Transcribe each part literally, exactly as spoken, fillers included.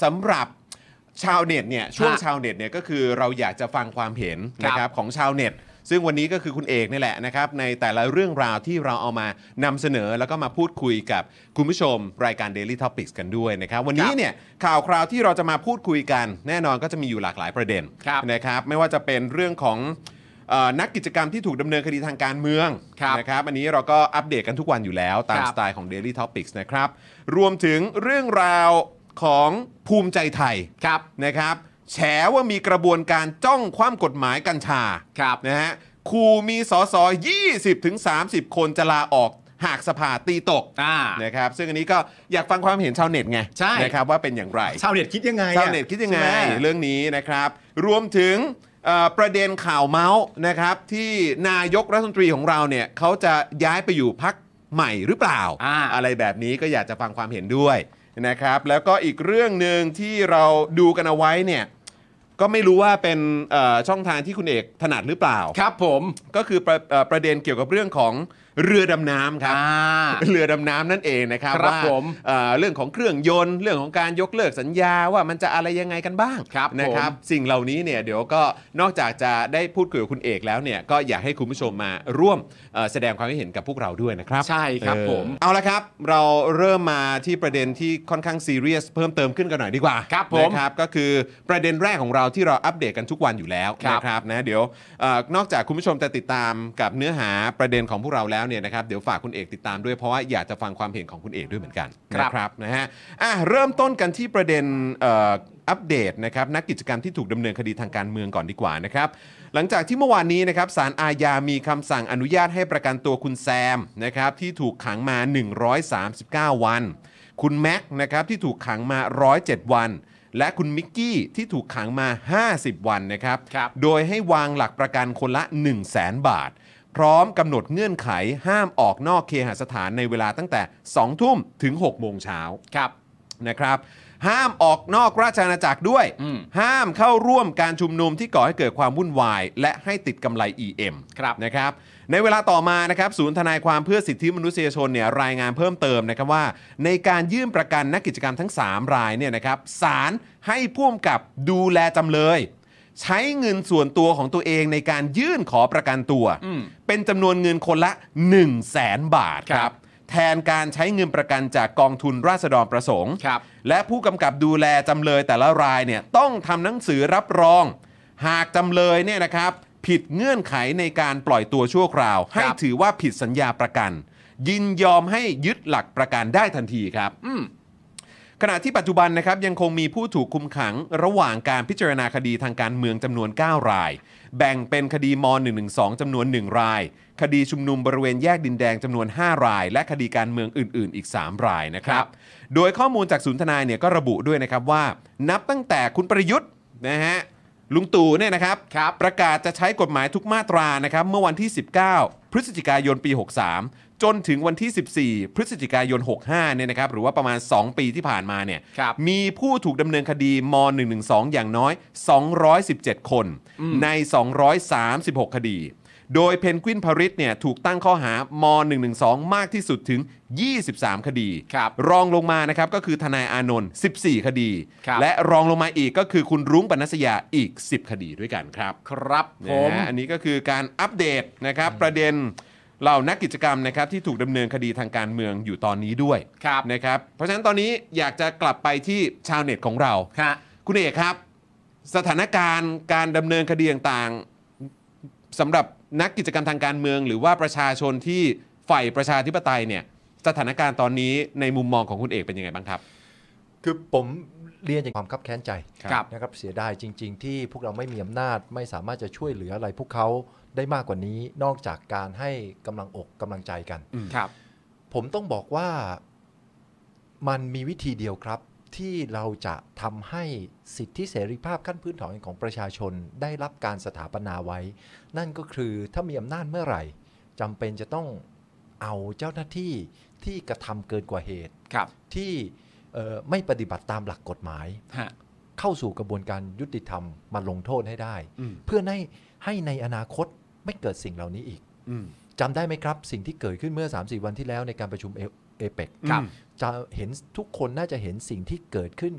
สำหรับชาวเน็ตเนี่ยช่วงชาวเน็ตเนี่ยก็คือเราอยากจะฟังความเห็นนะครับของชาวเน็ตซึ่งวันนี้ก็คือคุณเอกนี่แหละนะครับในแต่ละเรื่องราวที่เราเอามานำเสนอแล้วก็มาพูดคุยกับคุณผู้ชมรายการ Daily Topics กันด้วยนะครับวันนี้เนี่ยข่าวคราวที่เราจะมาพูดคุยกันแน่นอนก็จะมีอยู่หลากหลายประเด็นนะครับไม่ว่าจะเป็นเรื่องของนักกิจกรรมที่ถูกดำเนินคดีทางการเมืองนะครับอันนี้เราก็อัปเดตกันทุกวันอยู่แล้วตามสไตล์ของ Daily Topics นะครับรวมถึงเรื่องราวของภูมิใจไทยนะครับแฉว่ามีกระบวนการจ้องคว่ำกฎหมายกัญชานะฮะคูมีสส ยี่สิบถึงสามสิบ คนจะลาออกหากสภาตีตกนะครับซึ่งอันนี้ก็อยากฟังความเห็นชาวเน็ตไงนะครับว่าเป็นอย่างไรชาวเน็ตคิดยังไงชาวเน็ตคิดยังไงเรื่องนี้นะครับรวมถึงประเด็นข่าวเมาส์นะครับที่นายกรัฐมนตรีของเราเนี่ยเขาจะย้ายไปอยู่พรรคใหม่หรือเปล่า อ, อะไรแบบนี้ก็อยากจะฟังความเห็นด้วยนะครับแล้วก็อีกเรื่องหนึ่งที่เราดูกันเอาไว้เนี่ยก็ไม่รู้ว่าเป็นช่องทางที่คุณเอกถนัดหรือเปล่าครับผมก็คือประประเด็นเกี่ยวกับเรื่องของเรือดำน้ำครับเรือดำน้ำนั่นเองนะครับว่าเรื่องของเครื่องยนต์เรื่องของการยกเลิกสัญญาว่ามันจะอะไรยังไงกันบ้างนะครับสิ่งเหล่านี้เนี่ยเดี๋ยวก็นอกจากจะได้พูดคุยกับคุณเอกแล้วเนี่ยก็อยากให้คุณผู้ชมมาร่วมแสดงความคิดเห็นกับพวกเราด้วยนะครับใช่ครับผมเอาละครับเราเริ่มมาที่ประเด็นที่ค่อนข้างซีเรียสเพิ่มเติมขึ้นกันหน่อยดีกว่าครับผมนะครับก็คือประเด็นแรกของเราที่เราอัปเดตกันทุกวันอยู่แล้วนะครับนะเดี๋ยวนอกจากคุณผู้ชมจะติดตามกับเนื้อหาประเด็นของพวกเราแล้วเนี่ยนะครับเดี๋ยวฝากคุณเอกติดตามด้วยเพราะว่าอยากจะฟังความเห็นของคุณเอกด้วยเหมือนกันนะครับนะฮะอ่ะเริ่มต้นกันที่ประเด็นอัปเดตนะครับนักกิจกรรมที่ถูกดำเนินคดีทางการเมืองก่อนดีกว่านะครับหลังจากที่เมื่อวานนี้นะครับศาลอาญามีคำสั่งอนุญาตให้ประกันตัวคุณแซมนะครับที่ถูกขังมาหนึ่งร้อยสามสิบเก้าวันคุณแม็กนะครับที่ถูกขังมาหนึ่งร้อยเจ็ดวันและคุณมิกกี้ที่ถูกขังมาห้าสิบวันนะครับโดยให้วางหลักประกันคนละ หนึ่งแสน บาทพร้อมกำหนดเงื่อนไขห้ามออกนอกเคหสถานในเวลาตั้งแต่ สอง ทุ่มถึง หก โมงเช้าครับนะครับห้ามออกนอกราชอาณาจักรด้วยห้ามเข้าร่วมการชุมนุมที่ก่อให้เกิดความวุ่นวายและให้ติดกำไร อี เอ็ม นะครับในเวลาต่อมานะครับศูนย์ทนายความเพื่อสิทธิมนุษยชนเนี่ยรายงานเพิ่มเติมนะครับว่าในการยื่นประกันนักกิจกรรมทั้งสามรายเนี่ยนะครับศาลให้ผู้กำกับดูแลจำเลยใช้เงินส่วนตัวของตัวเองในการยื่นขอประกันตัวเป็นจำนวนเงินคนละ หนึ่งแสน บาทครับแทนการใช้เงินประกันจากกองทุนราษฎรประสงค์และผู้กำกับดูแลจำเลยแต่ละรายเนี่ยต้องทำหนังสือรับรองหากจำเลยเนี่ยนะครับผิดเงื่อนไขในการปล่อยตัวชั่วคราวให้ถือว่าผิดสัญญาประกันยินยอมให้ยึดหลักประกันได้ทันทีครับขณะที่ปัจจุบันนะครับยังคงมีผู้ถูกคุมขังระหว่างการพิจารณาคดีทางการเมืองจำนวนเก้ารายแบ่งเป็นคดีม หนึ่งหนึ่งสอง จำนวนหนึ่งรายคดีชุมนุมบริเวณแยกดินแดงจำนวนห้ารายและคดีการเมืองอื่นๆอีกสามรายนะครับโดยข้อมูลจากศูนย์ทนายเนี่ยก็ระบุด้วยนะครับว่านับตั้งแต่คุณประยุทธ์นะฮะลุงตู่เนี่ยนะครับประกาศจะใช้กฎหมายทุกมาตรานะครับเมื่อวันที่สิบเก้าพฤศจิกายนปีหกสามจนถึงวันที่สิบสี่พฤศจิกายนหกห้าเนี่ยนะครับหรือว่าประมาณสองปีที่ผ่านมาเนี่ยมีผู้ถูกดำเนินคดีมหนึ่งหนึ่งสองอย่างน้อยสองร้อยสิบเจ็ดคนในสองร้อยสามสิบหกคดีโดยเพนกวินพาริสเนี่ยถูกตั้งข้อหามหนึ่งหนึ่งสองมากที่สุดถึงยี่สิบสามคดีรองลงมานะครับก็คือทนายอานนท์สิบสี่คดีและรองลงมาอีกก็คือคุณรุ้งปนัสยาอีกสิบคดีด้วยกันครับครับผมอันนี้ก็คือการอัปเดตนะครับประเด็นเหล่านักกิจกรรมนะครับที่ถูกดำเนินคดีทางการเมืองอยู่ตอนนี้ด้วยนะครับเพราะฉะนั้นตอนนี้อยากจะกลับไปที่ชาวเน็ตของเราคุณเอกครับสถานการณ์การดำเนินคดีต่างๆสำหรับนักกิจกรรมทางการเมืองหรือว่าประชาชนที่ใฝ่ประชาธิปไตยเนี่ยสถานการณ์ตอนนี้ในมุมมองของคุณเอกเป็นยังไงบ้างครับคือผมเรียนอย่างความคับแค้นใจนะครับเสียดายจริงๆที่พวกเราไม่มีอำนาจไม่สามารถจะช่วยเหลืออะไรพวกเขาได้มากกว่านี้นอกจากการให้กำลังอกกำลังใจกันครับผมต้องบอกว่ามันมีวิธีเดียวครับที่เราจะทำให้สิทธิเสรีภาพขั้นพื้นฐานของประชาชนได้รับการสถาปนาไว้นั่นก็คือถ้ามีอำนาจเมื่อไหร่จำเป็นจะต้องเอาเจ้าหน้าที่ที่กระทำเกินกว่าเหตุที่ไม่ปฏิบัติตามหลักกฎหมายเข้าสู่กระบวนการยุติธรรมมาลงโทษให้ได้เพื่อให้ให้ในอนาคตไม่เกิดสิ่งเหล่านี้อีกจำได้ไหมครับสิ่งที่เกิดขึ้นเมื่อ สามสี่ วันที่แล้วในการประชุมเอเปกจะเห็นทุกคนน่าจะเห็นสิ่งที่เกิดขึ้นกับ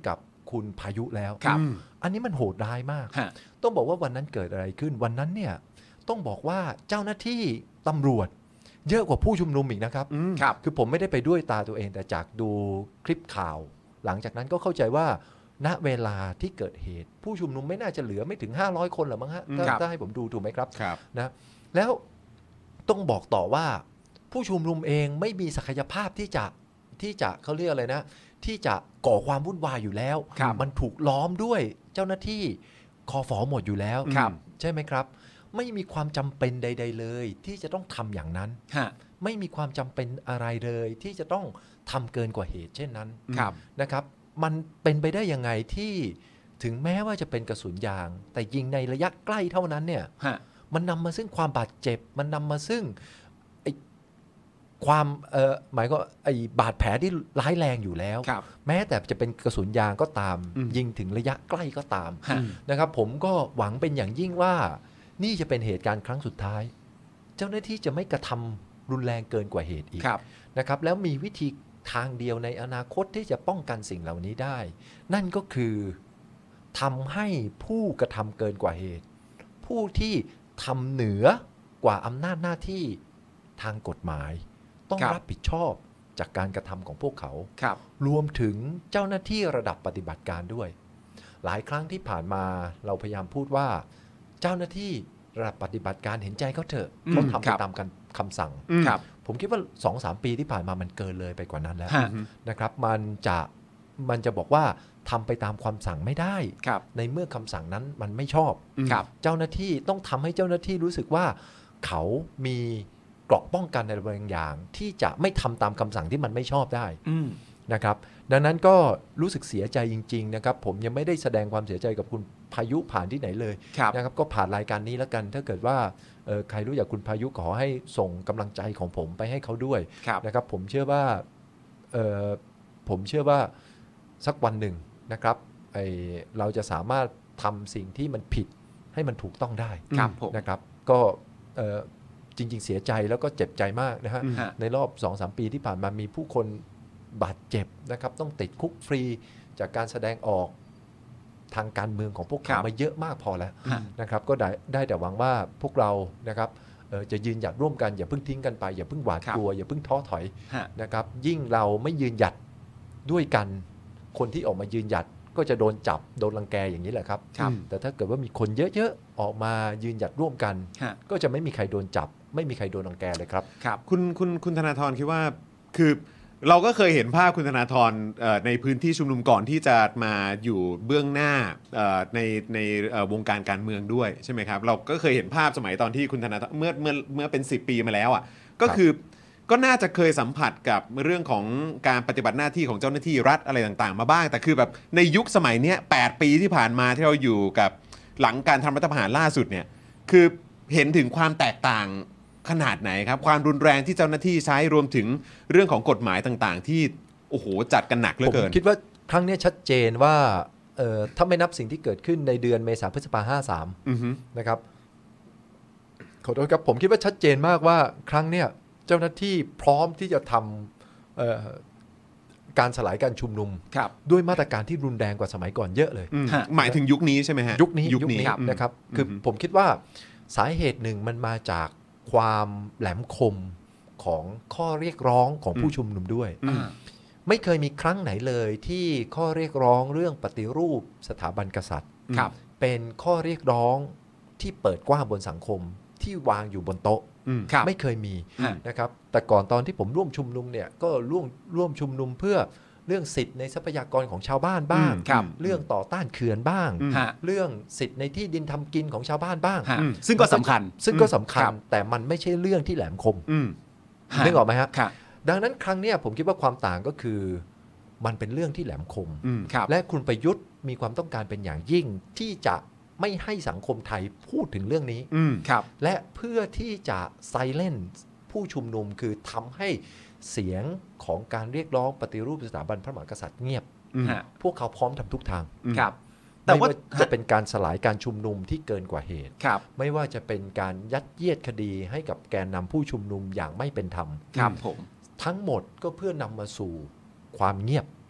คุณพายุแล้วครับอันนี้มันโหดร้ายมากฮะต้องบอกว่าวันนั้นเกิดอะไรขึ้นวันนั้นเนี่ยต้องบอกว่าเจ้าหน้าที่ตำรวจเยอะกว่าผู้ชุมนุมอีกนะครับครับคือผมไม่ได้ไปด้วยตาตัวเองแต่จากดูคลิปข่าว หลังจากนั้นก็เข้าใจว่าณเวลาที่เกิดเหตุ ผู้ชุมนุมไม่น่าจะเหลือไม่ถึงห้าร้อยคนหรอกมั้งฮะถ้าครับถ้าให้ผมดูถูกไหมครับครับนะแล้วต้องบอกต่อว่าผู้ชุมนุมเองไม่มีศักยภาพที่จะที่จะเขาเรียกอะไรนะที่จะก่อความวุ่นวายอยู่แล้วครับมันถูกล้อมด้วยเจ้าหน้าที่คอฝอหมดอยู่แล้วครับใช่ไหมครับ ไม่มีความจำเป็นใด ๆ เลย ที่จะต้องทำอย่างนั้นฮะไม่มีความจำเป็นอะไรเลยที่จะต้องทำเกินกว่าเหตุเช่นนั้นครับนะครับ มันเป็นไปได้ยังไงที่ถึงแม้ว่าจะเป็นกระสุนยาง แต่ยิงในระยะใกล้เท่านั้นเนี่ยฮะมันนำมาซึ่งความบาดเจ็บ มันนำมาซึ่งไอ้ความเอ่อหมายก็ไอ้บาดแผลที่ร้ายแรงอยู่แล้วครับแม้แต่จะเป็นกระสุนยางก็ตามอืมยิงถึงระยะใกล้ก็ตามฮะนะครับ ผมก็หวังเป็นอย่างยิ่งว่า นี่จะเป็นเหตุการณ์ครั้งสุดท้าย เจ้าหน้าที่จะไม่กระทำรุนแรงเกินกว่าเหตุอีกครับนะครับ แล้วมีวิธีทางเดียวในอนาคตที่จะป้องกันสิ่งเหล่านี้ได้ นั่นก็คือทำให้ผู้กระทำเกินกว่าเหตุ ผู้ที่ทำเหนือกว่าอำนาจหน้าที่ทางกฎหมาย ต้องครับรับผิดชอบจากการกระทำของพวกเขาครับรวมถึงเจ้าหน้าที่ระดับปฏิบัติการด้วย หลายครั้งที่ผ่านมาเราพยายามพูดว่า เจ้าหน้าที่ระดับปฏิบัติการเห็นใจเขาเถอะอืมเขาทำคไปรับตามกันคำสั่งครับผมคิดว่า สองสาม ปีที่ผ่านมามันเกินเลยไปกว่านั้นแล้วฮะนะครับ มันจะมันจะบอกว่าทำไปตามความสั่งไม่ได้ครับในเมื่อคำสั่งนั้นมันไม่ชอบครับเจ้าหน้าที่ต้องทำให้เจ้าหน้าที่รู้สึกว่าเขามีเกราะป้องกันในบางอย่าง ที่จะไม่ทำตามคำสั่งที่มันไม่ชอบได้อืมนะครับ ดังนั้นก็รู้สึกเสียใจจริง ๆ นะครับ ผมยังไม่ได้แสดงความเสียใจกับคุณพายุผ่านที่ไหนเลยครับนะครับก็ผ่านรายการนี้แล้วกัน ถ้าเกิดว่าเอ่อใครรู้จักคุณพายุขอให้ส่งกำลังใจของผมไปให้เขาด้วยครับนะครับผมเชื่อว่าเอ่อผมเชื่อว่าสักวันหนึ่งนะครับไอเราจะสามารถทำสิ่งที่มันผิดให้มันถูกต้องได้ครับผมนะครับก็เอ่อจริง ๆ เสียใจแล้วก็เจ็บใจมากนะฮะฮะในรอบ สองสาม ปีที่ผ่านมามีผู้คนบาดเจ็บนะครับต้องติดคุกฟรีจากการแสดงออกทางการเมืองของพวกครัเขาบมาเยอะมากพอแล้วฮะนะครับก็ได้ได้แต่หวังว่าพวกเรานะครับเอ่อจะยืนหยัดร่วมกันอย่าเพิ่งทิ้งกันไปอย่าเพิ่งหวาดกลัวอย่าเพิ่งท้อถอยฮะนะครับยิ่งเราไม่ยืนหยัดด้วยกัน คนที่ออกมายืนหยัดก็จะโดนจับโดนรังแกอย่างนี้แหละครับครับแต่ถ้าเกิดว่ามีคนเยอะๆออกมายืนหยัดร่วมกันฮะก็จะไม่มีใครโดนจับ ไม่มีใครโดนรังแกเลยครับครับคุณคุณคุณธนาธรคิดว่าคือเราก็เคยเห็นภาพคุณธนาธรเอ่อในพื้นที่ชุมนุมก่อนที่จะมาอยู่เบื้องหน้าเอ่อในในเอ่อวงการการเมืองด้วยใช่ไหมครับเราก็เคยเห็นภาพสมัยตอนที่คุณธนาธรเมื่อเมื่อเมื่อเป็นสิบปีมาแล้วอ่ะก็คือก็น่าจะเคยสัมผัสกับเรื่องของการปฏิบัติหน้าที่ของเจ้าหน้าที่รัฐอะไรต่างๆมาบ้าง แต่คือแบบในยุคสมัยเนี้ยแปดปีที่ผ่านมาที่เราอยู่กับหลังการทำรัฐประหารล่าสุดเนี่ยคือเห็นถึงความแตกต่างขนาดไหนครับความรุนแรงที่เจ้าหน้าที่ใช้รวมถึงเรื่องของกฎหมายต่างๆ ที่โอ้โหจัดกันหนักเหลือผมเกินคิดว่าครั้งนี้ชัดเจนว่าเอ่อถ้าไม่นับสิ่งที่เกิดขึ้นในเดือนเมษาพฤษภาห้าสามอือฮึนะครับขอโทษครับผมคิดว่าชัดเจนมากว่าครั้งเนี้ยเจ้าหน้าที่พร้อมที่จะทำเอ่อการสลายการชุมนุมครับด้วยมาตรการที่รุนแรงกว่าสมัยก่อนเยอะเลยอืมฮะหมายถึงยุคนี้ใช่ไหมฮะยุคนี้ยุคนี้นะครับมคือผมคิดว่าสาเหตุหนึ่งมันมาจากความแหลมคมของข้อเรียกร้องของผู้ชุมนุมด้วยอืมไม่เคยมีครั้งไหนเลยที่ข้อเรียกร้องเรื่องปฏิรูปสถาบันกษัตริย์ครับเป็นข้อเรียกร้องที่เปิดกว้างบนสังคมที่วางอยู่บนโต๊ะอืมครับไม่เคยมีฮะนะครับแต่ก่อนตอนที่ผมร่วมชุมนุมเนี่ยก็ร่วมร่วมชุมนุมเพื่อเรื่องสิทธิ์ในทรัพยากรของชาวบ้านบ้างอืมครับเรื่องต่อต้านเขื่อนบ้างอืมฮะเรื่องสิทธิ์ในที่ดินทำกินของชาวบ้านบ้างฮะอืมซึ่งก็สำคัญซึ่งก็สำคัครัญบแต่มันไม่ใช่เรื่องที่แหลมคมอืมฮะนึกออกไหมฮะครับดังนั้นครั้งเนี้ยผมคิดว่าความต่างก็คือ มันเป็นเรื่องที่แหลมคมอืมครับและคุณประยุทธ์มีความต้องการเป็นอย่างยิ่ง ที่จะไม่ให้สังคมไทยพูดถึงเรื่องนี้อืมครับและเพื่อที่จะไซเลนผู้ชุมนุมคือทำให้เสียงของการเรียกร้องปฏิรูปสถาบันพระมหากษัตริย์เงียบอืมฮะพวกเขาพร้อมทำทุกทางอืมครับ แต่ไม่ว่าว่าจะเป็นการสลายการชุมนุมที่เกินกว่าเหตุครับไม่ว่าจะเป็นการยัดเยียดคดีให้กับแกนนำผู้ชุมนุมอย่างไม่เป็นธรรมครับผมทั้งหมดก็เพื่อนำมาสู่ความเงียบ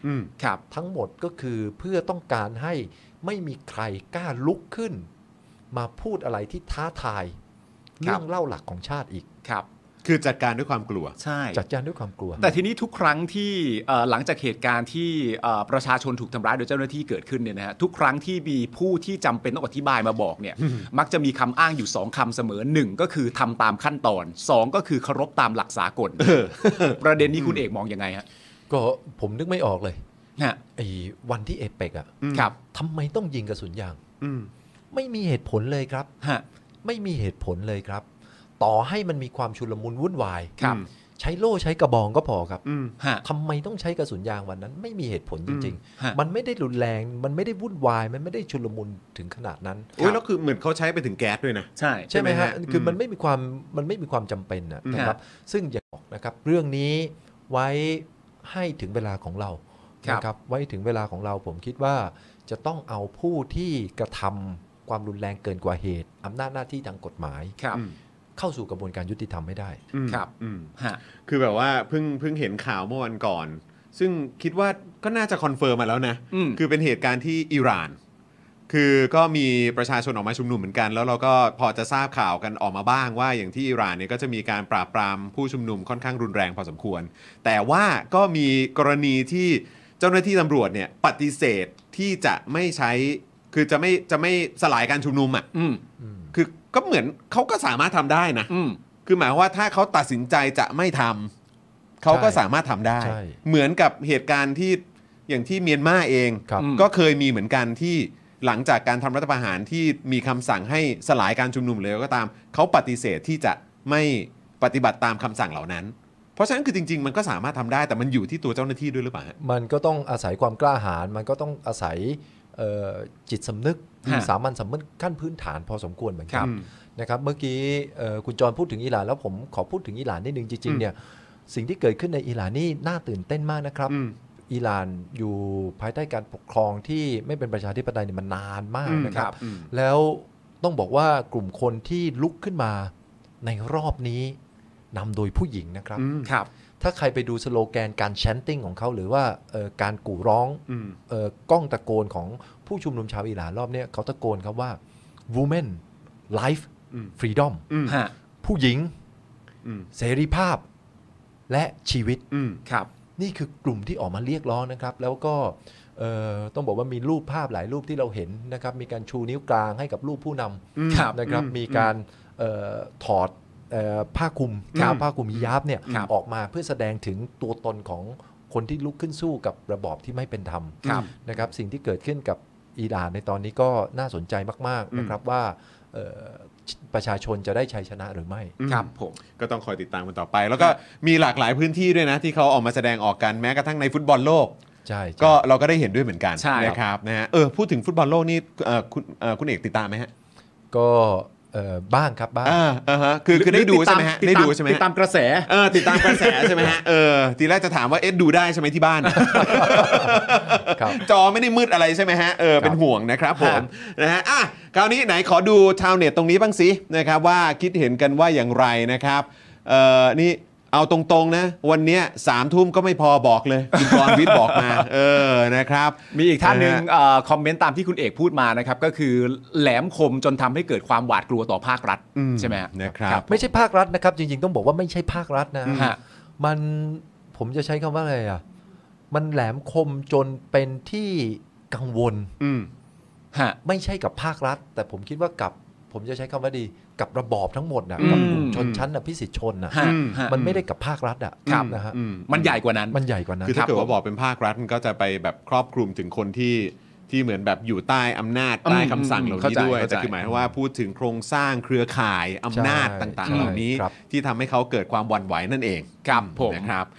ครับทั้งหมดก็คือเพื่อต้องการให้ไม่มีใครกล้าลุกขึ้น มาพูดอะไรที่ท้าทายเรื่องเล่าหลักของชาติอีกครับคือจัดการด้วยความกลัวใช่จัดการด้วยความกลัวแต่ทีนี้ทุกครั้งที่เอ่อหลังจากเหตุการณ์ที่เอ่อประชาชนถูกทำร้ายโดยเจ้าหน้าที่เกิดขึ้นเนี่ยนะฮะทุกครั้งที่มีผู้ที่จำเป็นต้องอธิบายมาบอกเนี่ยมักจะมีคำอ้างอยู่สองคำเสมอหนึ่งก็คือทำตามขั้นตอนสองก็คือเคารพตามหลักสากลประเด็นนี้คุณเอกมองยังไงฮะก็ผมนึกไม่ออกเลยฮะไอ้วันที่เอเปกอ่ะครับทำไมต้องยิงกระสุนยางอืมไม่มีเหตุผลเลยครับฮะไม่มีเหตุผลเลยครับ ต่อให้มันมีความชุลมุนวุ่นวายครับใช้โล่ใช้กระบองก็พอครับอืมฮะทำไมต้องใช้กระสุนยางวันนั้น ไม่มีเหตุผลจริงฮะๆ มันไม่ได้รุนแรง มันไม่ได้วุ่นวาย มันไม่ได้ชุลมุนถึงขนาดนั้นโอ้ยแล้วคือเหมือนเขาใช้ไปถึงแก๊สด้วยนะใช่ใช่ไหมใช่ไหมฮะฮะคือมมันไม่มีความมันไม่มีความจำเป็นนะอืมนะครับ ซึ่งอย่าบอกนะครับเรื่องนี้ไว้ให้ถึงเวลาของเราครับนะครับไว้ถึงเวลาของเราผมคิดว่าจะต้องเอาผู้ที่กระทำความรุนแรงเกินกว่าเหตุอำนาจหน้าที่ทางกฎหมายครับอืมเข้าสู่กระบวนการยุติธรรมไม่ได้อืมครับอืมฮะคือแบบว่าเพิ่งเพิ่งเห็นข่าวเมื่อวันก่อน ซึ่งคิดว่าก็น่าจะคอนเฟิร์มมาแล้วนะอืมคือเป็นเหตุการณ์ที่อิหร่าน คือก็มีประชาชนออกมาชุมนุมเหมือนกัน แล้วเราก็พอจะทราบข่าวกันออกมาบ้างว่าอย่างที่อิหร่านเนี่ยก็จะมีการปราบปรามผู้ชุมนุมค่อนข้างรุนแรงพอสมควร แต่ว่าก็มีกรณีที่เจ้าหน้าที่ตำรวจเนี่ยปฏิเสธที่จะไม่ใช้คือจะไม่จะไม่สลายการชุมนุมอ่ะอืมคือก็เหมือนเขาก็สามารถทำได้นะอืมคือหมายความว่าถ้าเขาตัดสินใจจะไม่ทำเขาก็สามารถทำได้ใช่เหมือนกับเหตุการณ์ที่อย่างที่เมียนมาเองครับอืมก็เคยมีเหมือนกันที่หลังจากการทำรัฐประหารที่มีคำสั่งให้สลายการชุมนุมเลยก็ตามเขาปฏิเสธที่จะไม่ปฏิบัติตามคำสั่งเหล่านั้น เพราะฉะนั้นคือจริงๆมันก็สามารถทำได้แต่มันอยู่ที่ตัวเจ้าหน้าที่ด้วยหรือเปล่าฮะมันก็ต้องอาศัยความกล้าหาญมันก็ต้องอาศัยเอ่อจิตสำนึกฮะสามัญสำนึกขั้นพื้นฐานพอสมควรเหมือนกัครันบนะครับเมื่อกี้เอ่อคุณจรพูดถึงอิหร่านแล้วผมขอพูดถึงอิหร่านนิดนึงจริงๆเนี่ยสิ่งที่เกิดขึ้นในอิหร่านนี่น่าตื่นเต้นมากนะครับอืมอิหร่านอยู่ภายใต้การปกครองที่ไม่เป็นประชาธิปไตยเนี่ยมันนานมากนะคครัรับบอืมแล้วต้องบอกว่ากลุ่มคนที่ลุกขึ้นมาในรอบนี้นำโดยผู้หญิงนะครับอืมครับถ้าใครไปดูสโลแกนการแชนติ้งของเขาหรือว่าเอ่อการกู่ร้องอืมเอ่อก้องตะโกนของผู้ชุมนุมชาวอิหร่านรอบเนี้ยเขาตะโกนครับว่า women life อืม freedom อืมฮะผู้หญิงอืมเสรีภาพและชีวิตอืมครับนี่คือกลุ่มที่ออกมาเรียกร้องนะครับ แล้วก็เอ่อต้องบอกว่ามีรูปภาพหลายรูปที่เราเห็นนะครับ มีการชูนิ้วกลางให้กับรูปผู้นอืมครับำนะครับอืมมีการเอ่อถอดเอ่อผ้าคลุมครับผ้าคลุมฮิญาบเนี่ยครับออกมาเพื่อแสดงถึงตัวตนของคนที่ลุกขึ้นสู้กับระบอบที่ไม่เป็นธรรมครับนะครับ สิ่งที่เกิดขึ้นกับอิหร่านในตอนนี้ก็น่าสนใจมากๆนะครับว่าเอ่อประชาชนจะได้ชัยชนะหรือไม่ครับผมก็ต้องคอยติดตามกันต่อไป แล้วก็มีหลากหลายพื้นที่ด้วยนะ ที่เขาออกมาแสดงออกกันแม้กระทั่งในฟุตบอลโลกใช่ใช่ก็เราก็ได้เห็นด้วยเหมือนกันใช่ครับนะครับนะฮะเออพูดถึงฟุตบอลโลกนี่เอ่อคุณเอ่อคุณเอกติดตามไหมฮะก็เอ่อบ้างครับบ้างอ่าอ่าฮะคือคือได้ดูใช่ไหมฮะติได้ตามดูใช่ไหมติฮะดตามกระแสเออติดตามกระแสใช่ไหมฮะเออทีแรกจะถามว่าเอ๊ะดูได้ใช่ไหมที่บ้านครับจอไม่ได้มืดอะไรใช่ไหมฮะเออเป็นห่วงนะครับผมนะฮะอ่ะคราวนี้ไหนขอดูชาวเน็ตตรงนี้บ้างสินะครับว่าคิดเห็นกันว่าอย่างไรนะครับเอ่อนี่เอาตรงๆนะวันเนี้ยสามทุ่มก็ไม่พอบอกเลยคุณกรณ์วิทย์บอกมาเออนะครับมีอีกท่านหนึ่งะฮะเอ่อคอมเมนต์ตามที่คุณเอกพูดมานะครับก็คือแหลมคมจนทำให้เกิดความหวาดกลัวต่อภาครัฐอืมใช่ไหมฮะนะครับไม่ใช่ภาครัฐนะครับ จริงๆต้องบอกว่าไม่ใช่ภาครัฐนะฮะมันผมจะใช้คำว่าอะไรอ่ะมันแหลมคมจนเป็นที่กังวลอืมฮะไม่ใช่กับภาครัฐ แต่ผมคิดว่ากับผมจะใช้คำว่าดีกับระบอบทั้งหมดนะอืมกับกลุ่มชนชั้นอภิสิทธิชนนะฮะอืมฮะมันไม่ได้กับภาครัฐอ่ะครับนะฮะอืมมันใหญ่กว่านั้นมันใหญ่กว่านั้นคือถ้าเกิดครับว่าบอกเป็นภาครัฐมันก็จะไปแบบครอบคลุมถึงคนที่ที่เหมือนแบบอยู่ใต้อำนาจอืมใต้คำสั่งเหล่าเข้านี้ใจด้วยเข้าใจแต่คือหมายถึงว่าพูดถึงโครงสร้างเครือข่ายอำนาจใช่ต่างใช่ๆ เหล่านี้ครับที่ทำให้เขาเกิดความหวั่นไหวนั่นเองครับผมนะครับ